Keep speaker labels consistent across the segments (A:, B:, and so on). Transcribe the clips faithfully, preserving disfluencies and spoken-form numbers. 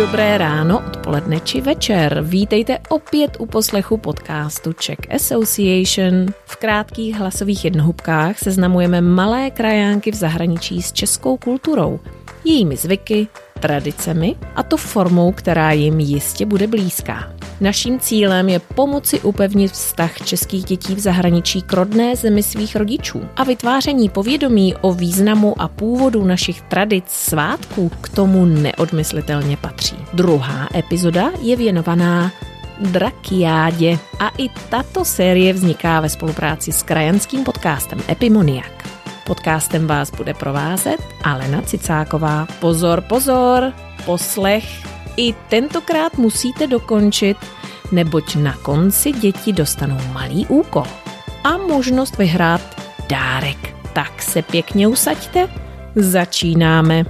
A: Dobré ráno, odpoledne či večer. Vítejte opět u poslechu podcastu Czech Association. V krátkých hlasových jednohubkách seznamujeme malé krajánky v zahraničí s českou kulturou, jejími zvyky, tradicemi a to formou, která jim jistě bude blízká. Naším cílem je pomoci upevnit vztah českých dětí v zahraničí k rodné zemi svých rodičů a vytváření povědomí o významu a původu našich tradic svátků k tomu neodmyslitelně patří. Druhá epizoda je věnovaná drakiádě a i tato série vzniká ve spolupráci s krajanským podcastem Epimoniak. Podcastem vás bude provázet Alena Cicáková. Pozor, pozor, poslech i tentokrát musíte dokončit, neboť na konci děti dostanou malý úkol a možnost vyhrát dárek. Tak se pěkně usaďte, začínáme.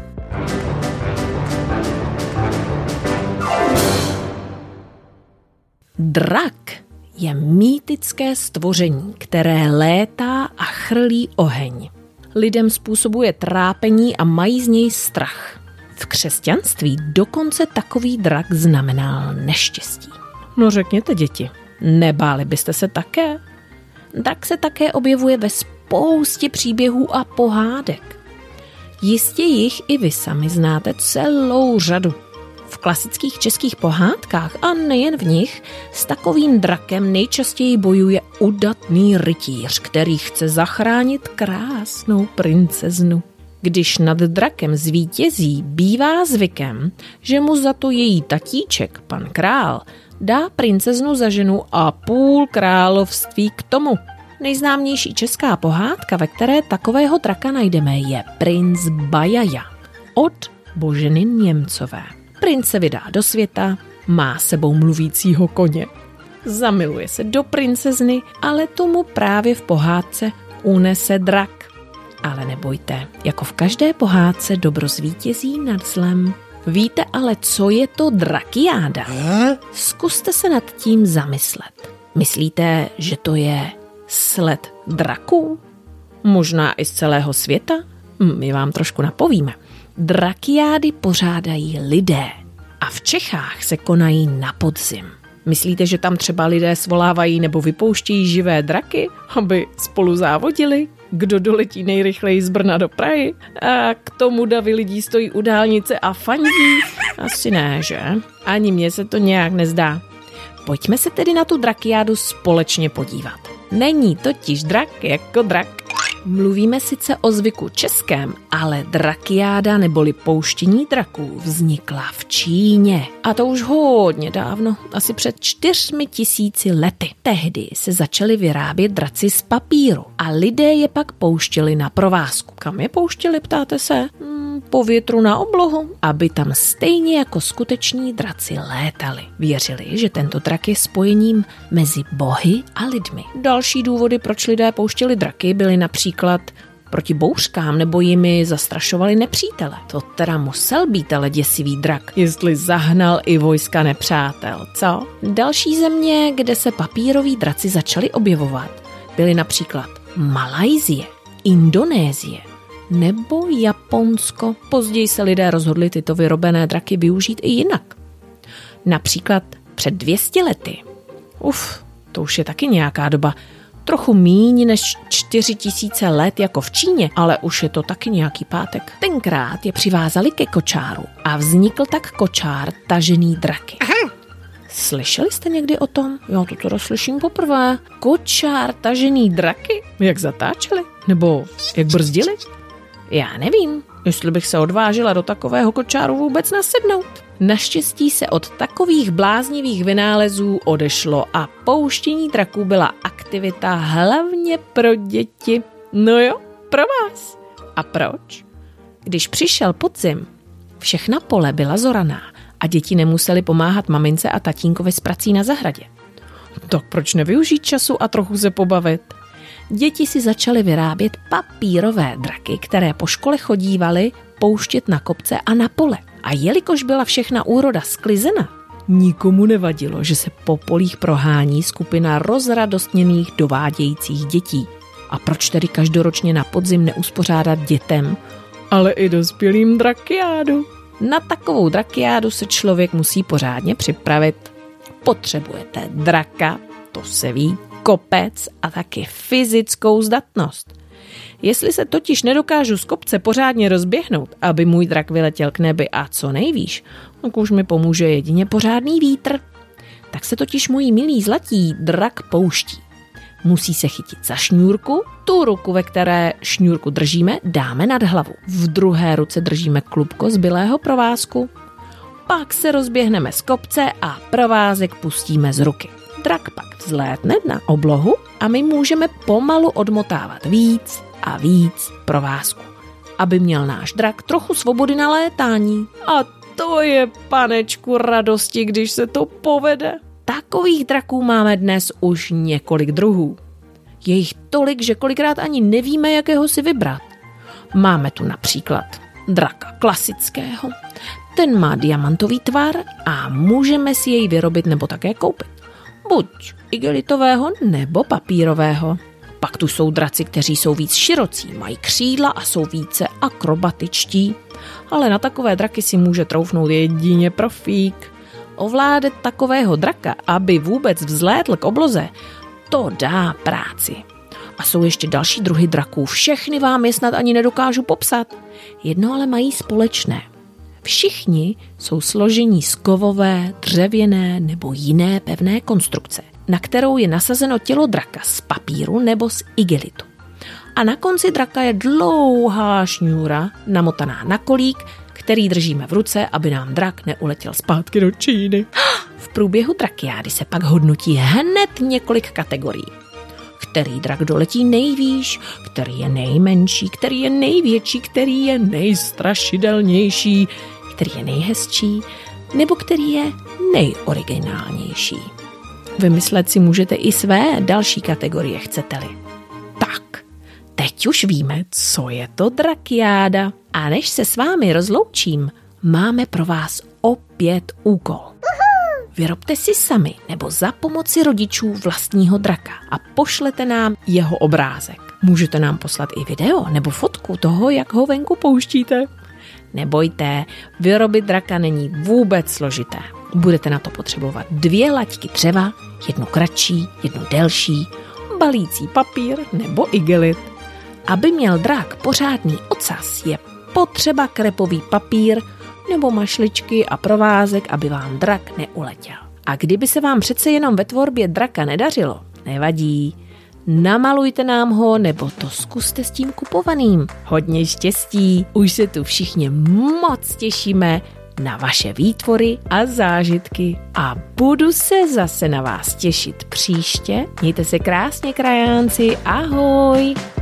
A: Drak je mýtické stvoření, které létá a chrlí oheň. Lidem způsobuje trápení a mají z něj strach. V křesťanství dokonce takový drak znamenal neštěstí. No řekněte, děti, nebáli byste se také? Drak se také objevuje ve spoustě příběhů a pohádek. Jistě jich i vy sami znáte celou řadu. V klasických českých pohádkách a nejen v nich s takovým drakem nejčastěji bojuje udatný rytíř, který chce zachránit krásnou princeznu. Když nad drakem zvítězí, bývá zvykem, že mu za to její tatíček, pan král, dá princeznu za ženu a půl království k tomu. Nejznámější česká pohádka, ve které takového draka najdeme, je Princ Bajaja od Boženy Němcové. Princ se vydá do světa, má sebou mluvícího koně. Zamiluje se do princezny, ale tomu právě v pohádce unese drak. Ale nebojte, jako v každé pohádce dobro zvítězí nad zlem. Víte ale, co je to drakiáda? Zkuste se nad tím zamyslet. Myslíte, že to je sled draků? Možná i z celého světa? My vám trošku napovíme. Drakiády pořádají lidé a v Čechách se konají na podzim. Myslíte, že tam třeba lidé svolávají nebo vypouštějí živé draky, aby spolu závodili? Kdo doletí nejrychleji z Brna do Prahy? A k tomu davy lidí stojí u dálnice a fandí? Asi ne, že? Ani mně se to nějak nezdá. Pojďme se tedy na tu drakiádu společně podívat. Není totiž drak jako drak. Mluvíme sice o zvyku českém, ale drakiáda neboli pouštění draků vznikla v Číně. A to už hodně dávno, asi před čtyřmi tisíci lety. Tehdy se začaly vyrábět draci z papíru a lidé je pak pouštěli na provázku. Kam je pouštěli, ptáte se? Hmm, po větru na oblohu, aby tam stejně jako skuteční draci létali. Věřili, že tento drak je spojením mezi bohy a lidmi. Další důvody, proč lidé pouštěli draky, byly například proti bouřkám nebo jimi zastrašovali nepřítele. To teda musel být ale děsivý drak, jestli zahnal i vojska nepřátel, co? Další země, kde se papíroví draci začali objevovat, byly například Malajsie, Indonésie nebo Japonsko. Později se lidé rozhodli tyto vyrobené draky využít i jinak. Například před dvěma sty lety. Uf, to už je taky nějaká doba. Trochu míň než čtyři tisíce let jako v Číně, ale už je to taky nějaký pátek. Tenkrát je přivázali ke kočáru a vznikl tak kočár tažený draky. Aha. Slyšeli jste někdy o tom? Já to teda slyším poprvé. Kočár tažený draky? Jak zatáčeli? Nebo jak brzdili? Já nevím, jestli bych se odvážila do takového kočáru vůbec nasednout. Naštěstí se od takových bláznivých vynálezů odešlo a pouštění draků byla aktivita hlavně pro děti. No jo, pro vás. A proč? Když přišel podzim, všechna pole byla zoraná a děti nemuseli pomáhat mamince a tatínkovi s prací na zahradě. Tak proč nevyužít času a trochu se pobavit? Děti si začaly vyrábět papírové draky, které po škole chodívaly pouštět na kopce a na pole. A jelikož byla všechna úroda sklizena, nikomu nevadilo, že se po polích prohání skupina rozradostněných dovádějících dětí. A proč tedy každoročně na podzim neuspořádat dětem, ale i dospělým drakiádu? Na takovou drakiádu se člověk musí pořádně připravit. Potřebujete draka, to se ví, kopec a taky fyzickou zdatnost. Jestli se totiž nedokážu z kopce pořádně rozběhnout, aby můj drak vyletěl k nebi a co nejvýš, tak už mi pomůže jedině pořádný vítr. Tak se totiž moji milí zlatí drak pouští. Musí se chytit za šňůrku, tu ruku, ve které šňůrku držíme, dáme nad hlavu. V druhé ruce držíme klubko z bílého provázku. Pak se rozběhneme z kopce a provázek pustíme z ruky. Drak pak vzlétne na oblohu a my můžeme pomalu odmotávat víc a víc provázku, aby měl náš drak trochu svobody na létání. A to je, panečku, radosti, když se to povede. Takových draků máme dnes už několik druhů. Je jich tolik, že kolikrát ani nevíme, jakého si vybrat. Máme tu například draka klasického. Ten má diamantový tvar a můžeme si jej vyrobit nebo také koupit. Buď igelitového nebo papírového. Pak tu jsou draci, kteří jsou víc širocí, mají křídla a jsou více akrobatičtí. Ale na takové draky si může troufnout jedině profík. Ovládat takového draka, aby vůbec vzlétl k obloze, to dá práci. A jsou ještě další druhy draků, všechny vám je snad ani nedokážu popsat. Jedno ale mají společné. Všichni jsou složení z kovové, dřevěné nebo jiné pevné konstrukce, na kterou je nasazeno tělo draka z papíru nebo z igelitu. A na konci draka je dlouhá šňůra namotaná na kolík, který držíme v ruce, aby nám drak neuletěl zpátky do Číny. V průběhu drakiády se pak hodnotí hned několik kategorií. Který drak doletí nejvýš, který je nejmenší, který je největší, který je nejstrašidelnější, který je nejhezčí, nebo který je nejoriginálnější. Vymyslet si můžete i své další kategorie, chcete-li. Tak, teď už víme, co je to drakiáda. A než se s vámi rozloučím, máme pro vás opět úkol. Vyrobte si sami nebo za pomoci rodičů vlastního draka a pošlete nám jeho obrázek. Můžete nám poslat i video nebo fotku toho, jak ho venku pouštíte. Nebojte, vyrobit draka není vůbec složité. Budete na to potřebovat dvě laťky dřeva, jednu kratší, jednu delší, balící papír nebo igelit. Aby měl drak pořádný ocas, je potřeba krepový papír nebo mašličky a provázek, aby vám drak neuletěl. A kdyby se vám přece jenom ve tvorbě draka nedařilo, nevadí. Namalujte nám ho nebo to zkuste s tím kupovaným. Hodně štěstí, už se tu všichni moc těšíme na vaše výtvory a zážitky. A budu se zase na vás těšit příště. Mějte se krásně, krajánci, ahoj!